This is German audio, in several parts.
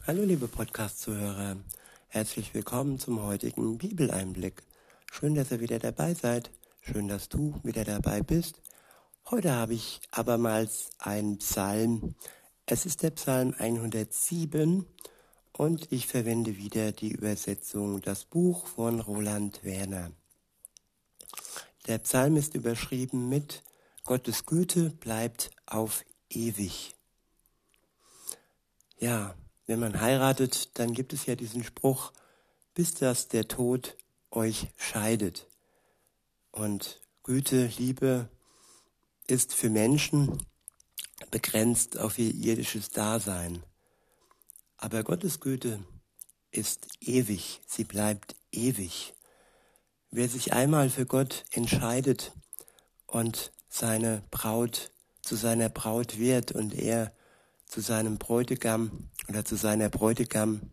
Hallo liebe Podcast-Zuhörer, herzlich willkommen zum heutigen Bibeleinblick. Schön, dass ihr wieder dabei seid, schön, dass du wieder dabei bist. Heute habe ich abermals einen Psalm. Es ist der Psalm 107 und ich verwende wieder die Übersetzung Das Buch von Roland Werner. Der Psalm ist überschrieben mit Gottes Güte bleibt auf ewig. Ja, wenn man heiratet, dann gibt es ja diesen Spruch, bis dass der Tod euch scheidet. Und Güte, Liebe ist für Menschen begrenzt auf ihr irdisches Dasein. Aber Gottes Güte ist ewig, sie bleibt ewig. Wer sich einmal für Gott entscheidet und seine Braut zu seiner Braut wird und er zu seinem Bräutigam oder zu seiner Bräutigam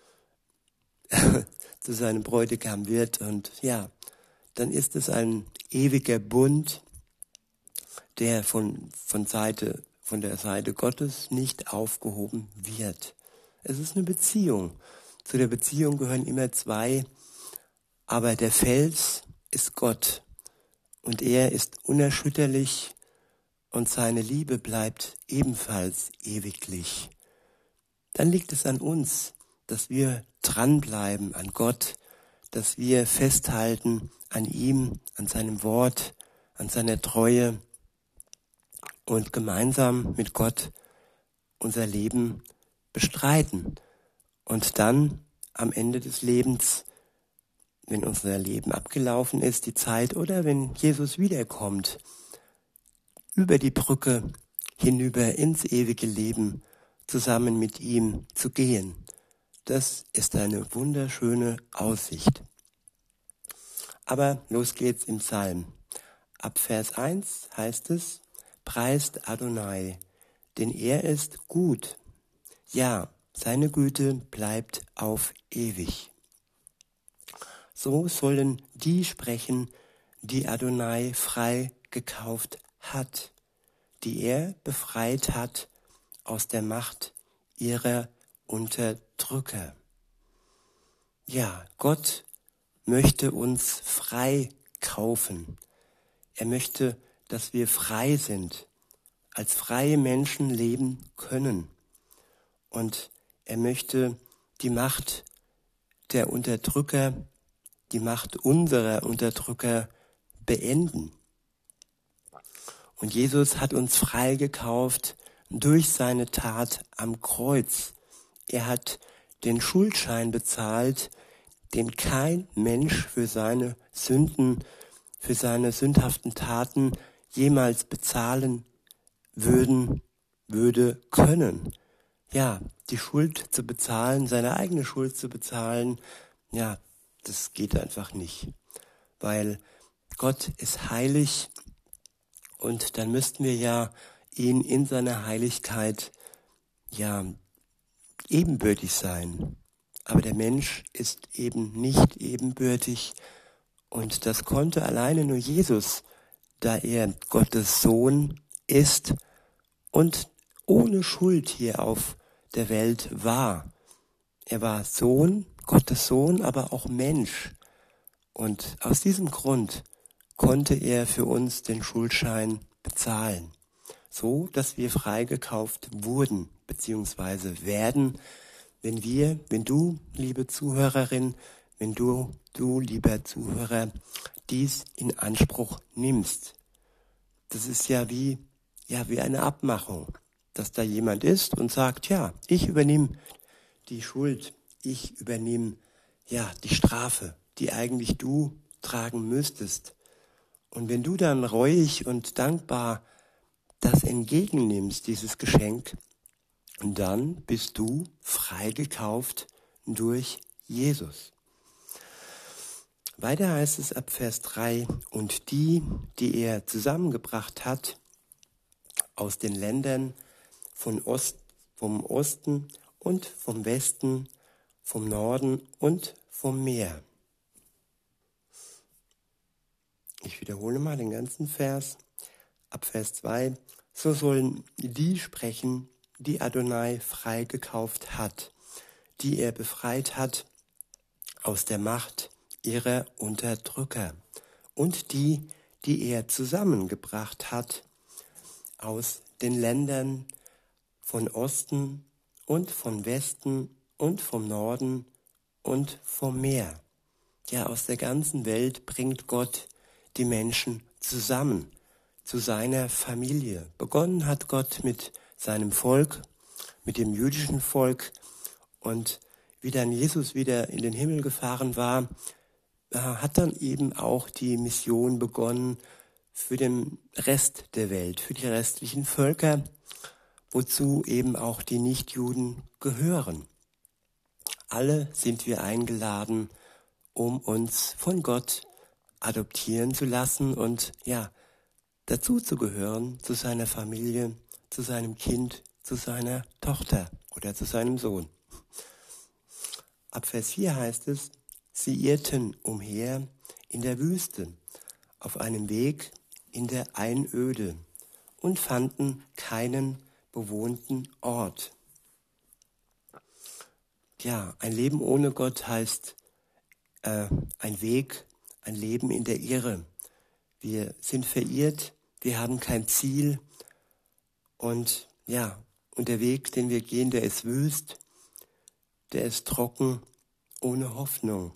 zu seinem Bräutigam wird und ja, dann ist es ein ewiger Bund, der von der Seite Gottes nicht aufgehoben wird. Es ist eine Beziehung. Zu der Beziehung gehören immer zwei, aber der Fels ist Gott und er ist unerschütterlich und seine Liebe bleibt ebenfalls ewiglich. Dann liegt es an uns, dass wir dranbleiben an Gott, dass wir festhalten an ihm, an seinem Wort, an seiner Treue und gemeinsam mit Gott unser Leben bestreiten. Und dann am Ende des Lebens, wenn unser Leben abgelaufen ist, die Zeit, oder wenn Jesus wiederkommt, über die Brücke hinüber ins ewige Leben zusammen mit ihm zu gehen. Das ist eine wunderschöne Aussicht. Aber los geht's im Psalm. Ab Vers 1 heißt es, preist Adonai, denn er ist gut. Ja, seine Güte bleibt auf ewig. So sollen die sprechen, die Adonai frei gekauft hat, die er befreit hat aus der Macht ihrer Unterdrücker. Ja, Gott möchte uns frei kaufen. Er möchte, dass wir frei sind, als freie Menschen leben können. Und er möchte die Macht der Unterdrücker, die Macht unserer Unterdrücker beenden. Und Jesus hat uns frei gekauft durch seine Tat am Kreuz. Er hat den Schuldschein bezahlt, den kein Mensch für seine Sünden, für seine sündhaften Taten jemals bezahlen würde können. Ja, die Schuld zu bezahlen, seine eigene Schuld zu bezahlen, ja, das geht einfach nicht. Weil Gott ist heilig und dann müssten wir ja ihn in seiner Heiligkeit ja ebenbürtig sein. Aber der Mensch ist eben nicht ebenbürtig und das konnte alleine nur Jesus, da er Gottes Sohn ist und ohne Schuld hier auf der Welt war. Er war Sohn, Gottes Sohn, aber auch Mensch. Und aus diesem Grund konnte er für uns den Schuldschein bezahlen, so dass wir freigekauft wurden bzw. werden, wenn du, liebe Zuhörerin, wenn du, lieber Zuhörer, dies in Anspruch nimmst. Das ist ja wie eine Abmachung, dass da jemand ist und sagt, ja, ich übernehme die Schuld, ich übernehme die Strafe, die eigentlich du tragen müsstest. Und wenn du dann reuig und dankbar das entgegennimmst, dieses Geschenk, dann bist du freigekauft durch Jesus. Weiter heißt es ab Vers 3, und die er zusammengebracht hat aus den Ländern vom Osten und vom Westen, vom Norden und vom Meer. Ich wiederhole mal den ganzen Vers. Ab Vers 2, so sollen die sprechen, die Adonai freigekauft hat, die er befreit hat aus der Macht ihrer Unterdrücker und die er zusammengebracht hat aus den Ländern von Osten und von Westen und vom Norden und vom Meer. Ja, aus der ganzen Welt bringt Gott die Menschen zusammen zu seiner Familie. Begonnen hat Gott mit seinem Volk, mit dem jüdischen Volk, und wie dann Jesus wieder in den Himmel gefahren war, hat dann eben auch die Mission begonnen für den Rest der Welt, für die restlichen Völker, wozu eben auch die Nichtjuden gehören. Alle sind wir eingeladen, um uns von Gott adoptieren zu lassen und ja, dazu zu gehören, zu seiner Familie, zu seinem Kind, zu seiner Tochter oder zu seinem Sohn. Ab Vers 4 heißt es, sie irrten umher in der Wüste, auf einem Weg in der Einöde und fanden keinen bewohnten Ort. Ja, ein Leben ohne Gott heißt ein Weg, ein Leben in der Irre. Wir sind verirrt, wir haben kein Ziel und ja, und der Weg, den wir gehen, der ist wüst, der ist trocken, ohne Hoffnung.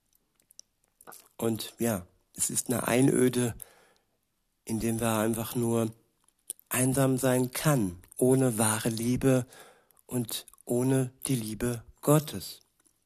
Und ja, es ist eine Einöde, in dem wir einfach nur einsam sein kann, ohne wahre Liebe und ohne die Liebe Gottes.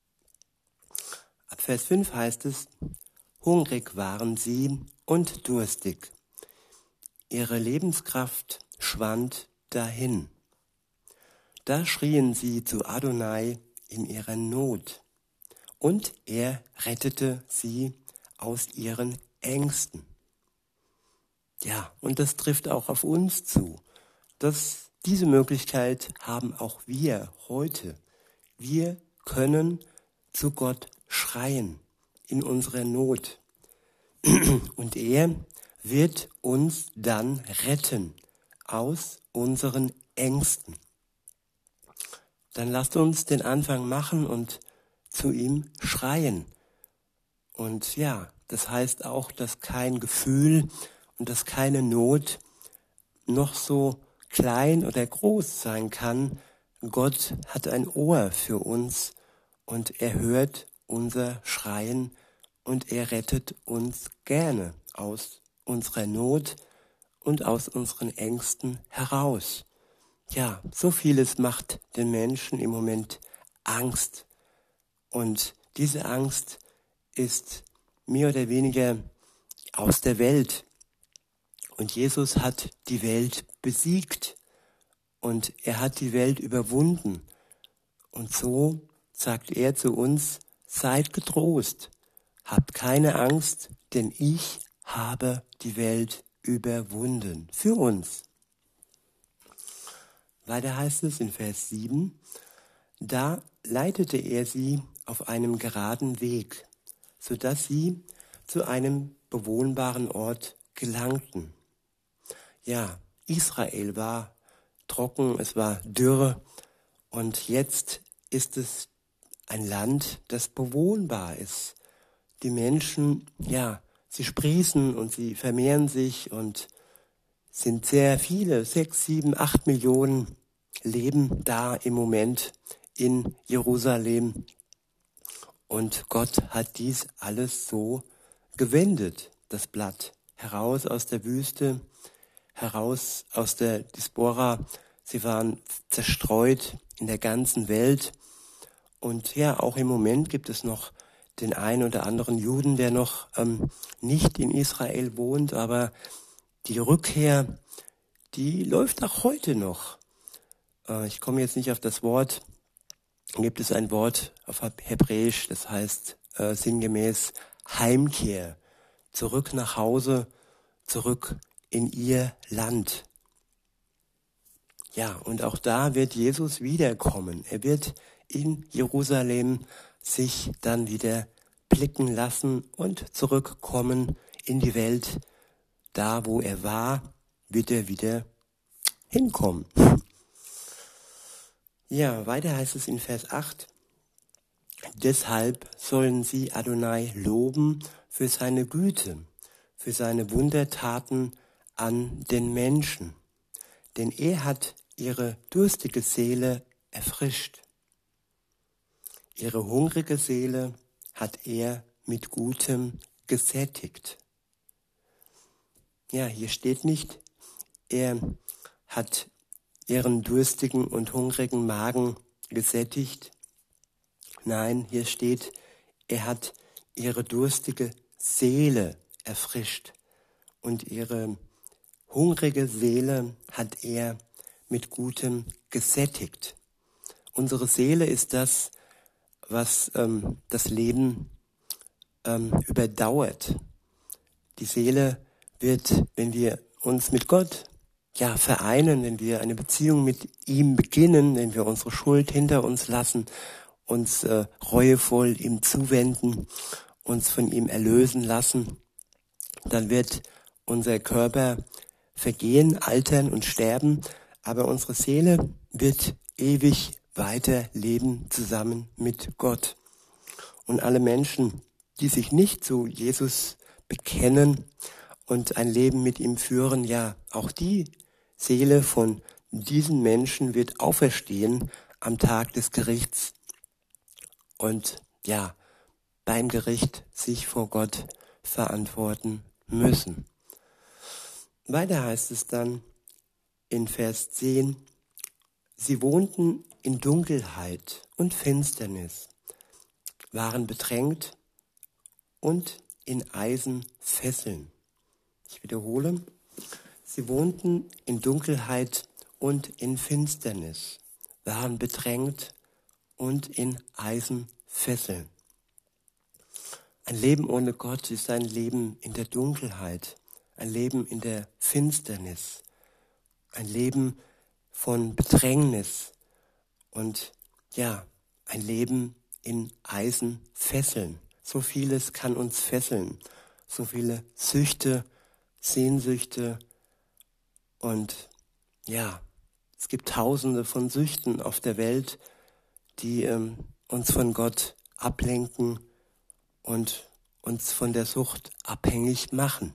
Ab Vers 5 heißt es, hungrig waren sie und durstig. Ihre Lebenskraft schwand dahin. Da schrien sie zu Adonai in ihrer Not, und er rettete sie aus ihren Ängsten. Ja, und das trifft auch auf uns zu. Diese Möglichkeit haben auch wir heute. Wir können zu Gott schreien in unserer Not. Und er wird uns dann retten aus unseren Ängsten. Dann lasst uns den Anfang machen und zu ihm schreien. Und ja, das heißt auch, dass kein Gefühl und dass keine Not noch so klein oder groß sein kann. Gott hat ein Ohr für uns und er hört unser Schreien und er rettet uns gerne aus unserer Not und aus unseren Ängsten heraus. Ja, so vieles macht den Menschen im Moment Angst. Und diese Angst ist mehr oder weniger aus der Welt. Und Jesus hat die Welt besiegt und er hat die Welt überwunden. Und so sagt er zu uns, seid getrost, habt keine Angst, denn ich habe die Welt überwunden. Für uns. Weiter heißt es in Vers 7, da leitete er sie auf einem geraden Weg, sodass sie zu einem bewohnbaren Ort gelangten. Ja, Israel war trocken, es war Dürre und jetzt ist es ein Land, das bewohnbar ist. Die Menschen, ja, sie sprießen und sie vermehren sich und sind sehr viele, 6, 7, 8 Millionen leben da im Moment in Jerusalem. Und Gott hat dies alles so gewendet, das Blatt, heraus aus der Wüste, heraus aus der Diaspora. Sie waren zerstreut in der ganzen Welt. Und ja, auch im Moment gibt es noch den einen oder anderen Juden, der noch nicht in Israel wohnt, aber die Rückkehr, die läuft auch heute noch. Ich komme jetzt nicht auf das Wort. Da gibt es ein Wort auf Hebräisch, das heißt sinngemäß Heimkehr. Zurück nach Hause, zurück in ihr Land. Ja, und auch da wird Jesus wiederkommen. Er wird in Jerusalem sich dann wieder blicken lassen und zurückkommen in die Welt. Da, wo er war, wird er wieder hinkommen. Ja, weiter heißt es in Vers 8. Deshalb sollen sie Adonai loben für seine Güte, für seine Wundertaten an den Menschen. Denn er hat ihre durstige Seele erfrischt. Ihre hungrige Seele hat er mit Gutem gesättigt. Ja, hier steht nicht, er hat ihren durstigen und hungrigen Magen gesättigt. Nein, hier steht, er hat ihre durstige Seele erfrischt und ihre hungrige Seele hat er mit Gutem gesättigt. Unsere Seele ist das, was das Leben überdauert. Die Seele wird, wenn wir uns mit Gott vereinen, wenn wir eine Beziehung mit ihm beginnen, wenn wir unsere Schuld hinter uns lassen, uns reuevoll ihm zuwenden, uns von ihm erlösen lassen, dann wird unser Körper vergehen, altern und sterben, aber unsere Seele wird ewig weiter leben zusammen mit Gott. Und alle Menschen, die sich nicht zu Jesus bekennen und ein Leben mit ihm führen, ja, auch die Seele von diesen Menschen wird auferstehen am Tag des Gerichts und ja, beim Gericht sich vor Gott verantworten müssen. Weiter heißt es dann in Vers 10, sie wohnten in Dunkelheit und Finsternis, waren bedrängt und in Eisenfesseln. Ich wiederhole, sie wohnten in Dunkelheit und in Finsternis, waren bedrängt und in Eisenfesseln. Ein Leben ohne Gott ist ein Leben in der Dunkelheit, ein Leben in der Finsternis, ein Leben von Bedrängnis und ja, ein Leben in Eisenfesseln. So vieles kann uns fesseln, so viele Süchte, Sehnsüchte und ja, es gibt Tausende von Süchten auf der Welt, die uns von Gott ablenken und uns von der Sucht abhängig machen.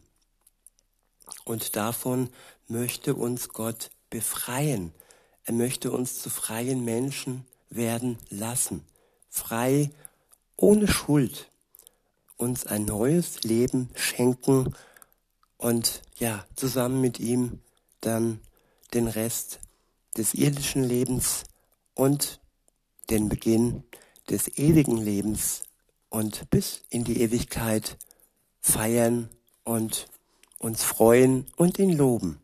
Und davon möchte uns Gott befreien. Er möchte uns zu freien Menschen werden lassen. Frei, ohne Schuld. Uns ein neues Leben schenken und ja, zusammen mit ihm dann den Rest des irdischen Lebens und den Beginn des ewigen Lebens und bis in die Ewigkeit feiern und uns freuen und ihn loben.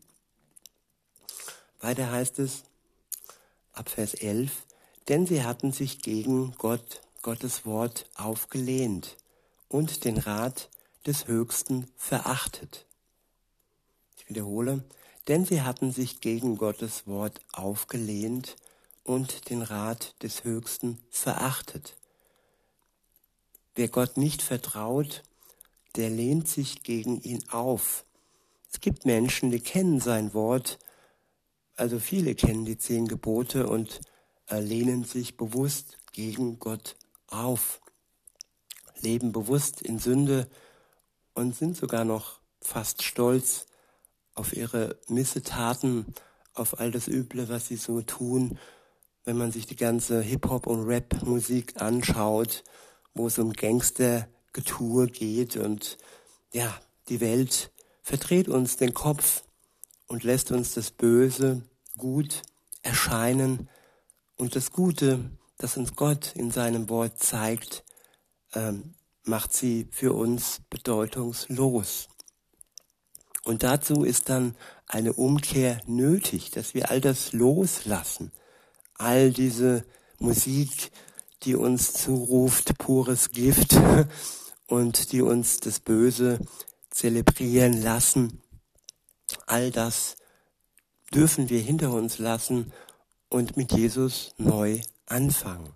Weiter heißt es ab Vers 11, denn sie hatten sich gegen Gottes Wort aufgelehnt und den Rat des Höchsten verachtet. Ich wiederhole, denn sie hatten sich gegen Gottes Wort aufgelehnt und den Rat des Höchsten verachtet. Wer Gott nicht vertraut, der lehnt sich gegen ihn auf. Es gibt Menschen, die kennen sein Wort, also viele kennen die 10 Gebote und lehnen sich bewusst gegen Gott auf, leben bewusst in Sünde und sind sogar noch fast stolz auf ihre Missetaten, auf all das Üble, was sie so tun, wenn man sich die ganze Hip-Hop- und Rap-Musik anschaut, wo es um Gangster-Getue geht und ja, die Welt verdreht uns den Kopf und lässt uns das Böse gut erscheinen und das Gute, das uns Gott in seinem Wort zeigt, macht sie für uns bedeutungslos. Und dazu ist dann eine Umkehr nötig, dass wir all das loslassen, all diese Musik, die uns zuruft, pures Gift und die uns das Böse zelebrieren lassen. All das dürfen wir hinter uns lassen und mit Jesus neu anfangen.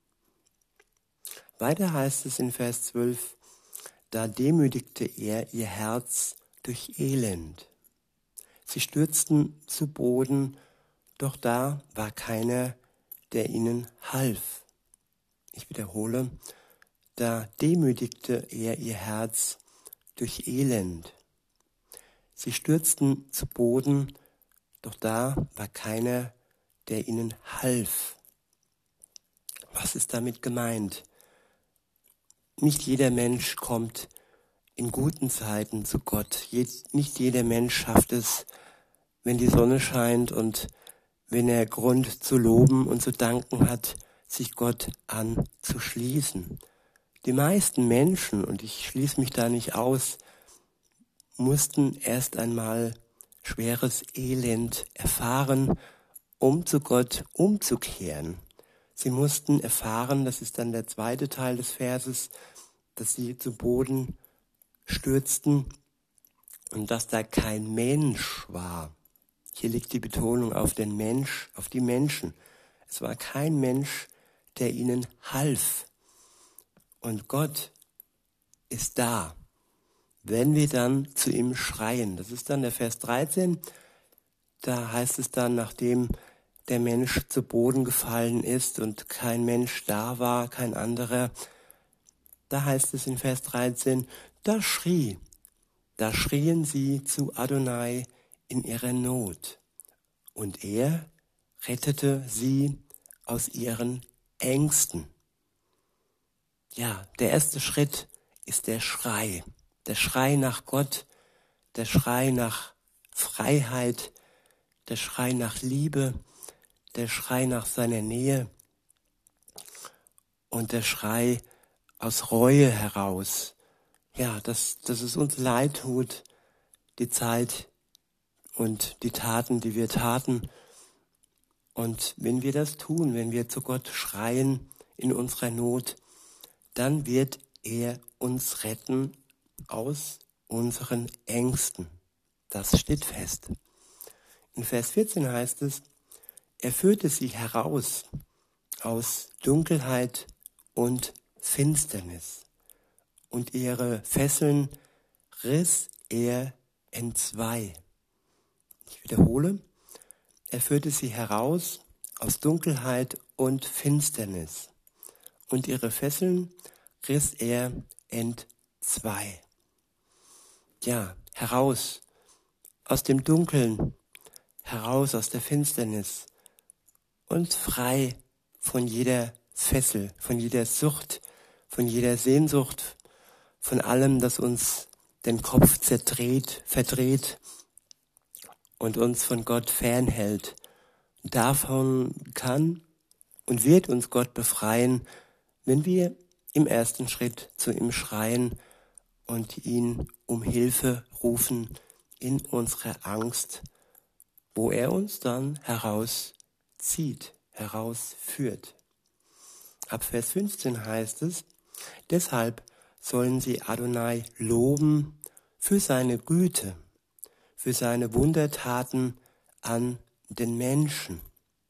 Weiter heißt es in Vers 12, da demütigte er ihr Herz durch Elend. Sie stürzten zu Boden, doch da war keiner, der ihnen half. Ich wiederhole, da demütigte er ihr Herz durch Elend. Sie stürzten zu Boden, doch da war keiner, der ihnen half. Was ist damit gemeint? Nicht jeder Mensch kommt in guten Zeiten zu Gott. Nicht jeder Mensch schafft es, wenn die Sonne scheint und wenn er Grund zu loben und zu danken hat, sich Gott anzuschließen. Die meisten Menschen, und ich schließe mich da nicht aus, mussten erst einmal schweres Elend erfahren, um zu Gott umzukehren. Sie mussten erfahren, das ist dann der zweite Teil des Verses, dass sie zu Boden stürzten und dass da kein Mensch war. Hier liegt die Betonung auf den Mensch, auf die Menschen. Es war kein Mensch, der ihnen half. Und Gott ist da, wenn wir dann zu ihm schreien. Das ist dann der Vers 13. Da heißt es dann, nachdem der Mensch zu Boden gefallen ist und kein Mensch da war, kein anderer, da heißt es in Vers 13, da schrien sie zu Adonai in ihrer Not. Und er rettete sie aus ihren Ängsten. Ja, der erste Schritt ist der Schrei nach Gott, der Schrei nach Freiheit, der Schrei nach Liebe, der Schrei nach seiner Nähe und der Schrei aus Reue heraus. Ja, dass es uns leid tut, die Zeit und die Taten, die wir taten. Und wenn wir das tun, wenn wir zu Gott schreien in unserer Not, dann wird er uns retten aus unseren Ängsten. Das steht fest. In Vers 14 heißt es, er führte sie heraus aus Dunkelheit und Finsternis und ihre Fesseln riss er entzwei. Ich wiederhole, er führte sie heraus aus Dunkelheit und Finsternis und ihre Fesseln riss er entzwei. Ja, heraus aus dem Dunkeln, heraus aus der Finsternis und frei von jeder Fessel, von jeder Sucht, von jeder Sehnsucht, von allem, das uns den Kopf verdreht und uns von Gott fernhält. Davon kann und wird uns Gott befreien, wenn wir im ersten Schritt zu ihm schreien und ihn um Hilfe rufen in unserer Angst, wo er uns dann herauszieht, herausführt. Ab Vers 15 heißt es, deshalb sollen sie Adonai loben für seine Güte, für seine Wundertaten an den Menschen.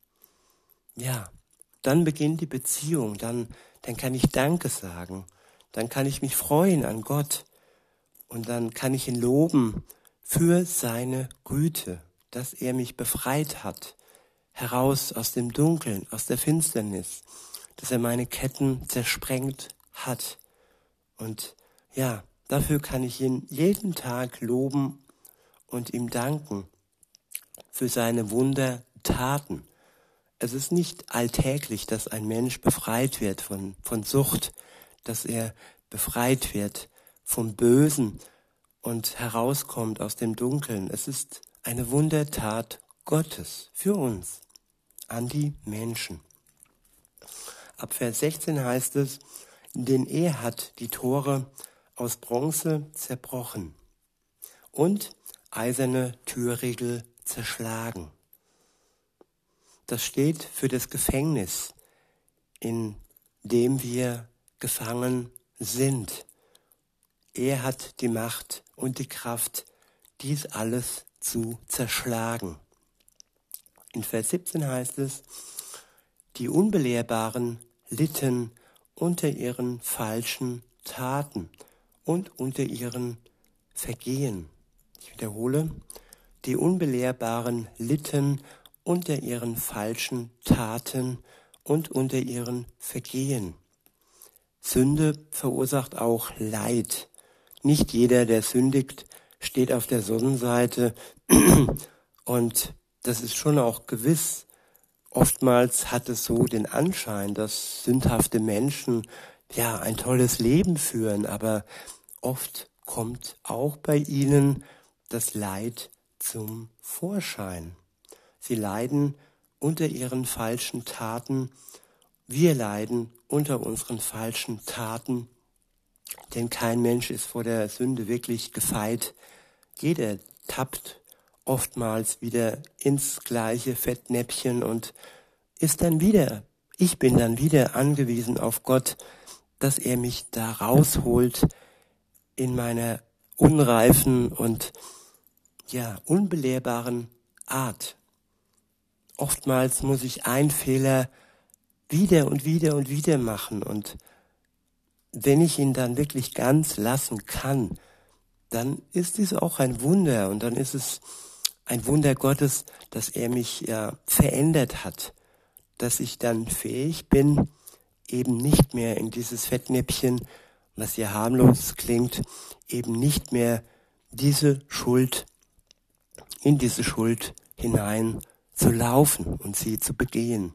Ja, dann beginnt die Beziehung, dann kann ich Danke sagen, dann kann ich mich freuen an Gott und dann kann ich ihn loben für seine Güte, dass er mich befreit hat, heraus aus dem Dunkeln, aus der Finsternis, dass er meine Ketten zersprengt hat. Und ja, dafür kann ich ihn jeden Tag loben und ihm danken für seine Wundertaten. Es ist nicht alltäglich, dass ein Mensch befreit wird von Sucht, dass er befreit wird vom Bösen und herauskommt aus dem Dunkeln. Es ist eine Wundertat Gottes für uns, an die Menschen. Ab Vers 16 heißt es, denn er hat die Tore aus Bronze zerbrochen und eiserne Türriegel zerschlagen. Das steht für das Gefängnis, in dem wir gefangen sind. Er hat die Macht und die Kraft, dies alles zu zerschlagen. In Vers 17 heißt es, die Unbelehrbaren litten unter ihren falschen Taten und unter ihren Vergehen. Ich wiederhole, die Unbelehrbaren litten unter ihren falschen Taten und unter ihren Vergehen. Sünde verursacht auch Leid. Nicht jeder, der sündigt, steht auf der Sonnenseite und das ist schon auch gewiss. Oftmals hat es so den Anschein, dass sündhafte Menschen ja ein tolles Leben führen, aber oft kommt auch bei ihnen das Leid zum Vorschein. Sie leiden unter ihren falschen Taten. Wir leiden unter unseren falschen Taten, denn kein Mensch ist vor der Sünde wirklich gefeit. Jeder tappt oftmals wieder ins gleiche Fettnäpfchen und ich bin dann wieder angewiesen auf Gott, dass er mich da rausholt in meiner unreifen und unbelehrbaren Art. Oftmals muss ich einen Fehler wieder und wieder und wieder machen und wenn ich ihn dann wirklich ganz lassen kann, dann ist dies auch ein Wunder und dann ist es ein Wunder Gottes, dass er mich verändert hat, dass ich dann fähig bin, eben nicht mehr in dieses Fettnäpfchen, was hier harmlos klingt, eben nicht mehr in diese Schuld hinein zu laufen und sie zu begehen.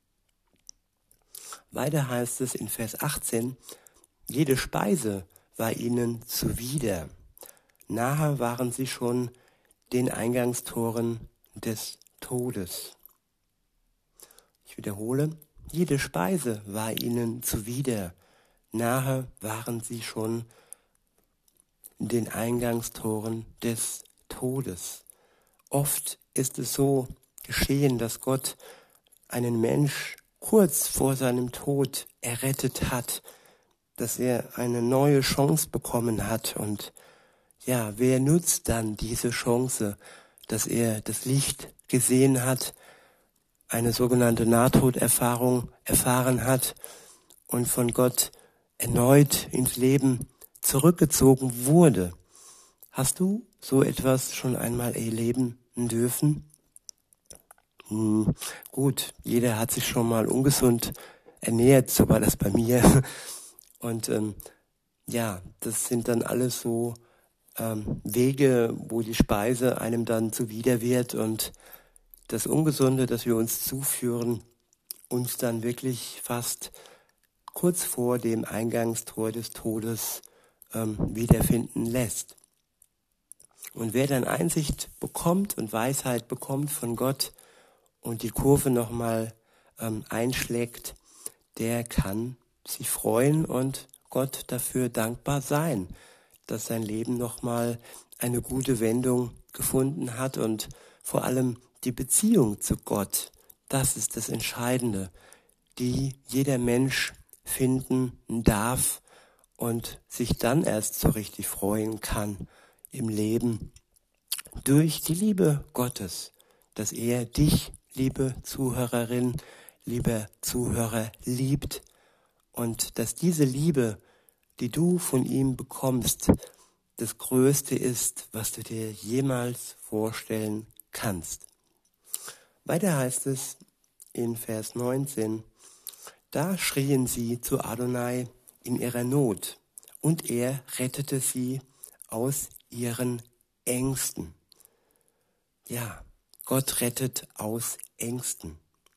Weiter heißt es in Vers 18, jede Speise war ihnen zuwider. Nahe waren sie schon den Eingangstoren des Todes. Ich wiederhole, jede Speise war ihnen zuwider. Nahe waren sie schon den Eingangstoren des Todes. Oft ist es so geschehen, dass Gott einen Mensch kurz vor seinem Tod errettet hat, dass er eine neue Chance bekommen hat. Und wer nutzt dann diese Chance, dass er das Licht gesehen hat, eine sogenannte Nahtoderfahrung erfahren hat und von Gott erneut ins Leben zurückgezogen wurde? Hast du so etwas schon einmal erleben dürfen? Gut, jeder hat sich schon mal ungesund ernährt, so war das bei mir. Und das sind dann alles so Wege, wo die Speise einem dann zuwider wird und das Ungesunde, das wir uns zuführen, uns dann wirklich fast kurz vor dem Eingangstor des Todes wiederfinden lässt. Und wer dann Einsicht bekommt und Weisheit bekommt von Gott und die Kurve nochmal einschlägt, der kann sich freuen und Gott dafür dankbar sein, dass sein Leben nochmal eine gute Wendung gefunden hat und vor allem die Beziehung zu Gott, das ist das Entscheidende, die jeder Mensch finden darf und sich dann erst so richtig freuen kann im Leben durch die Liebe Gottes, dass er dich, liebe Zuhörerin, lieber Zuhörer, liebt und dass diese Liebe, die du von ihm bekommst, das Größte ist, was du dir jemals vorstellen kannst. Weiter heißt es in Vers 19, da schrien sie zu Adonai in ihrer Not und er rettete sie aus ihren Ängsten. Ja, Gott rettet aus Ängsten.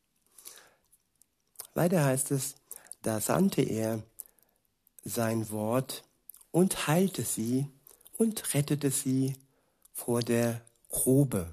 Weiter heißt es, da sandte er sein Wort und heilte sie und rettete sie vor der Grube.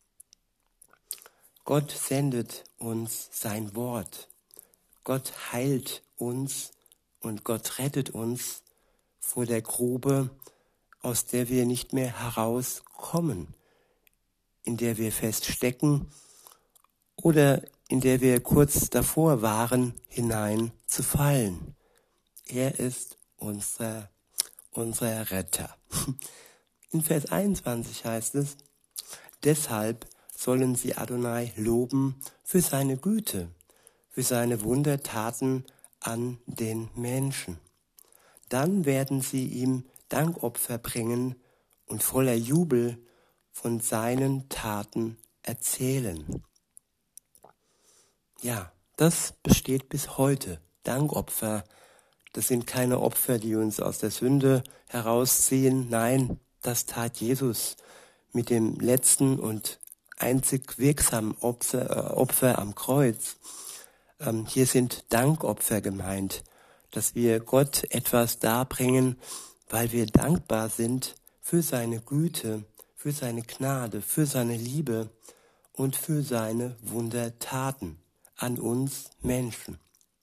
Gott sendet uns sein Wort. Gott heilt uns und Gott rettet uns vor der Grube, aus der wir nicht mehr herauskommen, in der wir feststecken oder in der wir kurz davor waren, hineinzufallen. Er ist unser Retter. In Vers 21 heißt es, deshalb sollen sie Adonai loben für seine Güte, für seine Wundertaten an den Menschen. Dann werden sie ihm Dankopfer bringen und voller Jubel von seinen Taten erzählen. Ja, das besteht bis heute. Dankopfer, Das sind keine Opfer, die uns aus der Sünde herausziehen. Nein, das tat Jesus mit dem letzten und einzig wirksamen Opfer am Kreuz. Hier sind Dankopfer gemeint, dass wir Gott etwas darbringen, weil wir dankbar sind für seine Güte, für seine Gnade, für seine Liebe und für seine Wundertaten an uns Menschen.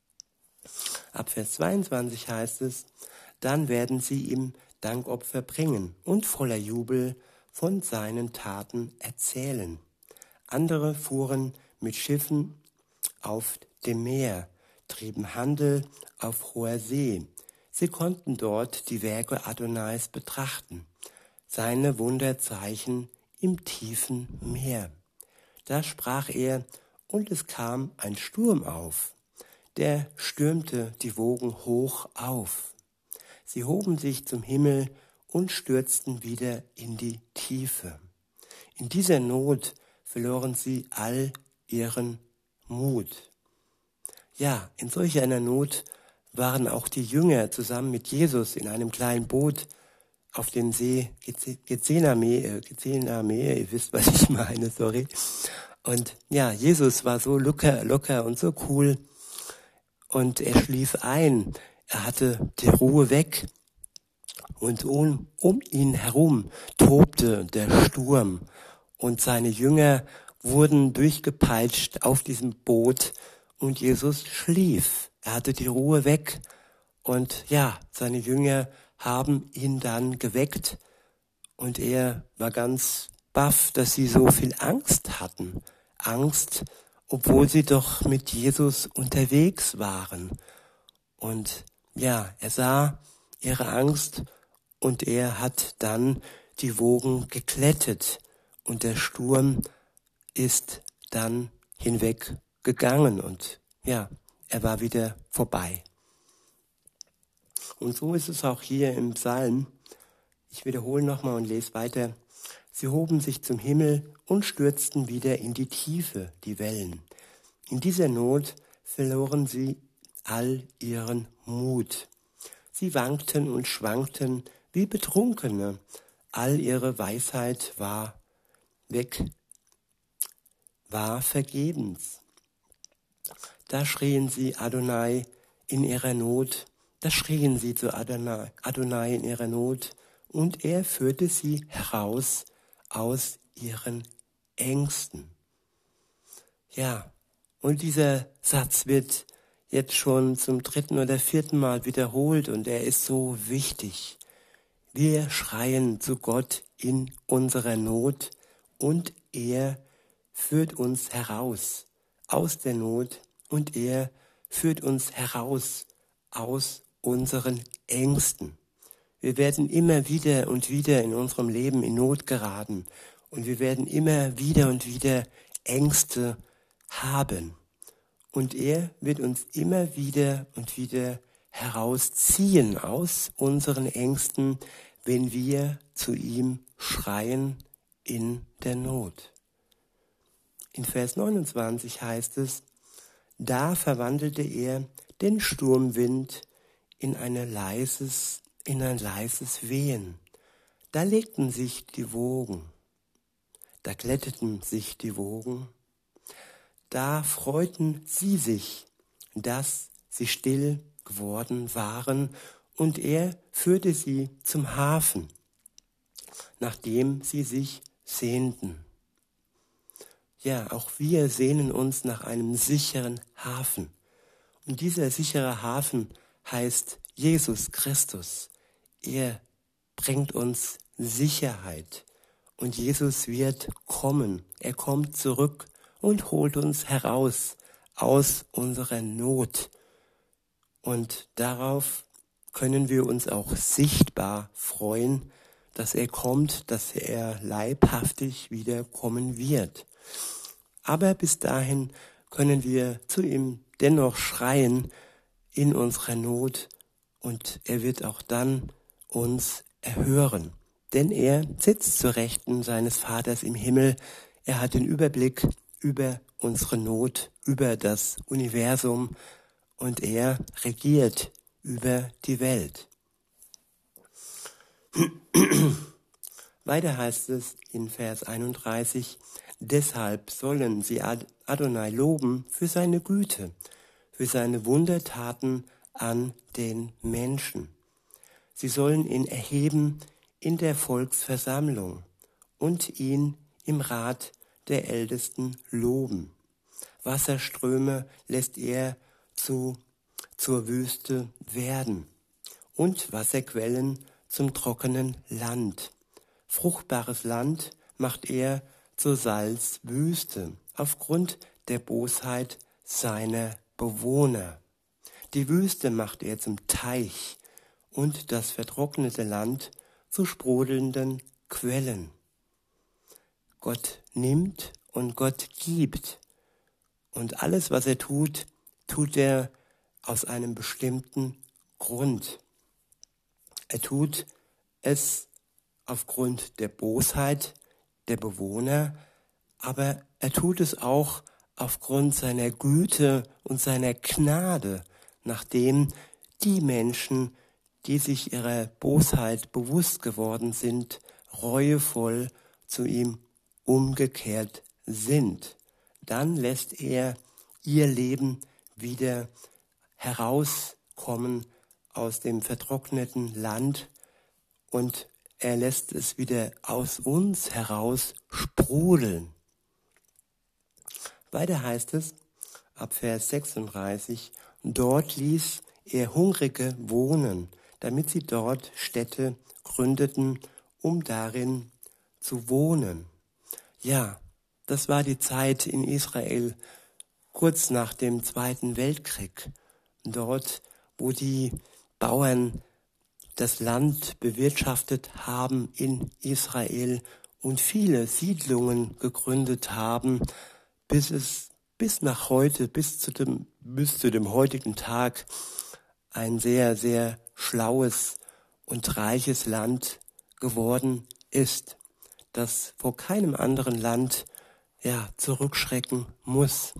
Ab Vers 22 heißt es, dann werden sie ihm Dankopfer bringen und voller Jubel von seinen Taten erzählen. Andere fuhren mit Schiffen auf dem Meer, trieben Handel auf hoher See. Sie konnten dort die Werke Adonais betrachten, seine Wunderzeichen im tiefen Meer. Da sprach er, und es kam ein Sturm auf, der stürmte die Wogen hoch auf. Sie hoben sich zum Himmel und stürzten wieder in die Tiefe. In dieser Not verloren sie all ihren Mut. Ja, in solch einer Not waren auch die Jünger zusammen mit Jesus in einem kleinen Boot auf dem See Getsemane, ihr wisst, was ich meine, sorry. Und ja, Jesus war so locker und so cool und er schlief ein. Er hatte die Ruhe weg und um ihn herum tobte der Sturm und seine Jünger wurden durchgepeitscht auf diesem Boot und Jesus schlief. Er hatte die Ruhe weg und ja, seine Jünger haben ihn dann geweckt und er war ganz baff, dass sie so viel Angst hatten. Angst, obwohl sie doch mit Jesus unterwegs waren. Und ja, er sah ihre Angst und er hat dann die Wogen geglättet und der Sturm ist dann hinweggegangen und ja, er war wieder vorbei. Und so ist es auch hier im Psalm. Ich wiederhole nochmal und lese weiter. Sie hoben sich zum Himmel und stürzten wieder in die Tiefe, die Wellen. In dieser Not verloren sie all ihren Mut. Sie wankten und schwankten wie Betrunkene. All ihre Weisheit war weg, war vergebens. Da schrien sie Adonai in ihrer Not. Da schrien sie zu Adonai in ihrer Not. Und er führte sie heraus aus ihren Ängsten. Ja, und dieser Satz wird jetzt schon zum 3. oder 4. Mal wiederholt und er ist so wichtig. Wir schreien zu Gott in unserer Not und er führt uns heraus aus der Not und er führt uns heraus aus unseren Ängsten. Wir werden immer wieder und wieder in unserem Leben in Not geraten und wir werden immer wieder und wieder Ängste haben. Und er wird uns immer wieder und wieder herausziehen aus unseren Ängsten, wenn wir zu ihm schreien in der Not. In Vers 29 heißt es, da verwandelte er den Sturmwind in ein leises Wehen. Da legten sich die Wogen, da glätteten sich die Wogen. Da freuten sie sich, dass sie still geworden waren, und er führte sie zum Hafen, nachdem sie sich sehnten. Ja, auch wir sehnen uns nach einem sicheren Hafen. Und dieser sichere Hafen heißt Jesus Christus. Er bringt uns Sicherheit. Und Jesus wird kommen. Er kommt zurück und holt uns heraus aus unserer Not. Und darauf können wir uns auch sichtbar freuen, dass er kommt, dass er leibhaftig wiederkommen wird. Aber bis dahin können wir zu ihm dennoch schreien in unserer Not und er wird auch dann uns erhören. Denn er sitzt zur Rechten seines Vaters im Himmel. Er hat den Überblick über unsere Not, über das Universum und er regiert über die Welt. Weiter heißt es in Vers 31, deshalb sollen sie Adonai loben für seine Güte, für seine Wundertaten an den Menschen. Sie sollen ihn erheben in der Volksversammlung und ihn im Rat der Ältesten loben. Wasserströme lässt er zur Wüste werden und Wasserquellen zum trockenen Land. Fruchtbares Land macht er zur Salzwüste aufgrund der Bosheit seiner Bewohner. Die Wüste macht er zum Teich und das vertrocknete Land zu sprudelnden Quellen. Gott nimmt und Gott gibt. Und alles, was er tut, tut er aus einem bestimmten Grund. Er tut es aufgrund der Bosheit der Bewohner, aber er tut es auch aufgrund seiner Güte und seiner Gnade, nachdem die Menschen, die sich ihrer Bosheit bewusst geworden sind, reuevoll zu ihm umgekehrt sind. Dann lässt er ihr Leben wieder herauskommen aus dem vertrockneten Land und er lässt es wieder aus uns heraus sprudeln. Weiter heißt es, ab Vers 36, dort ließ er Hungrige wohnen, damit sie dort Städte gründeten, um darin zu wohnen. Ja, das war die Zeit in Israel kurz nach dem Zweiten Weltkrieg. Dort, wo die Bauern das Land bewirtschaftet haben in Israel und viele Siedlungen gegründet haben, bis nach heute, bis zu dem heutigen Tag ein sehr, sehr schlaues und reiches Land geworden ist, das vor keinem anderen Land zurückschrecken muss.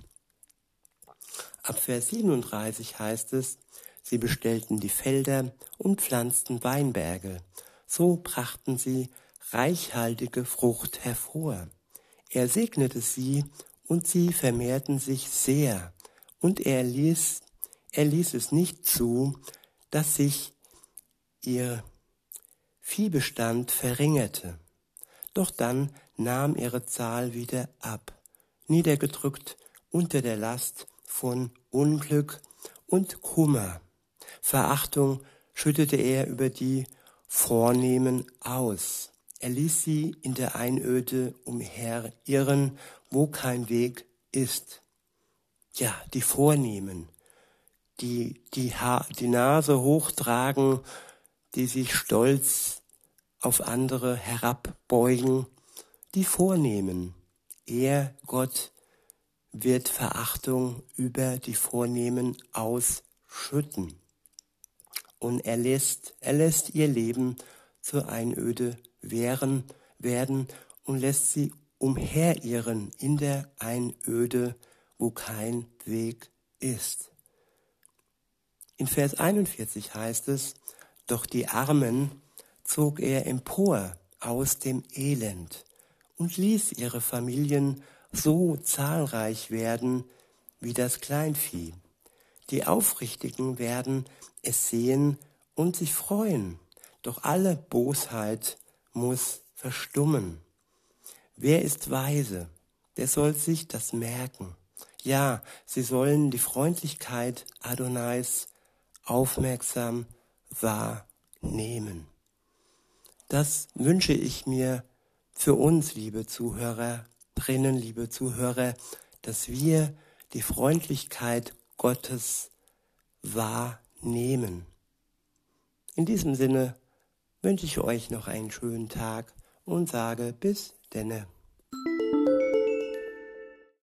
Ab Vers 37 heißt es, sie bestellten die Felder und pflanzten Weinberge. So brachten sie reichhaltige Frucht hervor. Er segnete sie und sie vermehrten sich sehr. Und er ließ es nicht zu, dass sich ihr Viehbestand verringerte. Doch dann nahm ihre Zahl wieder ab, niedergedrückt unter der Last von Unglück und Kummer. Verachtung schüttete er über die Vornehmen aus. Er ließ sie in der Einöde umherirren, wo kein Weg ist. Ja, die Vornehmen, die Nase hochtragen, die sich stolz auf andere herabbeugen, die Vornehmen. Er, Gott, wird Verachtung über die Vornehmen ausschütten. Und er lässt ihr Leben zur Einöde werden und lässt sie umherirren in der Einöde, wo kein Weg ist. In Vers 41 heißt es, doch die Armen zog er empor aus dem Elend und ließ ihre Familien so zahlreich werden wie das Kleinvieh. Die Aufrichtigen werden es sehen und sich freuen, doch alle Bosheit muss verstummen. Wer ist weise? Der soll sich das merken. Ja, sie sollen die Freundlichkeit Adonais aufmerksam wahrnehmen. Das wünsche ich mir für uns, liebe Zuhörerinnen, liebe Zuhörer, dass wir die Freundlichkeit Gottes wahrnehmen. In diesem Sinne wünsche ich euch noch einen schönen Tag und sage bis denne.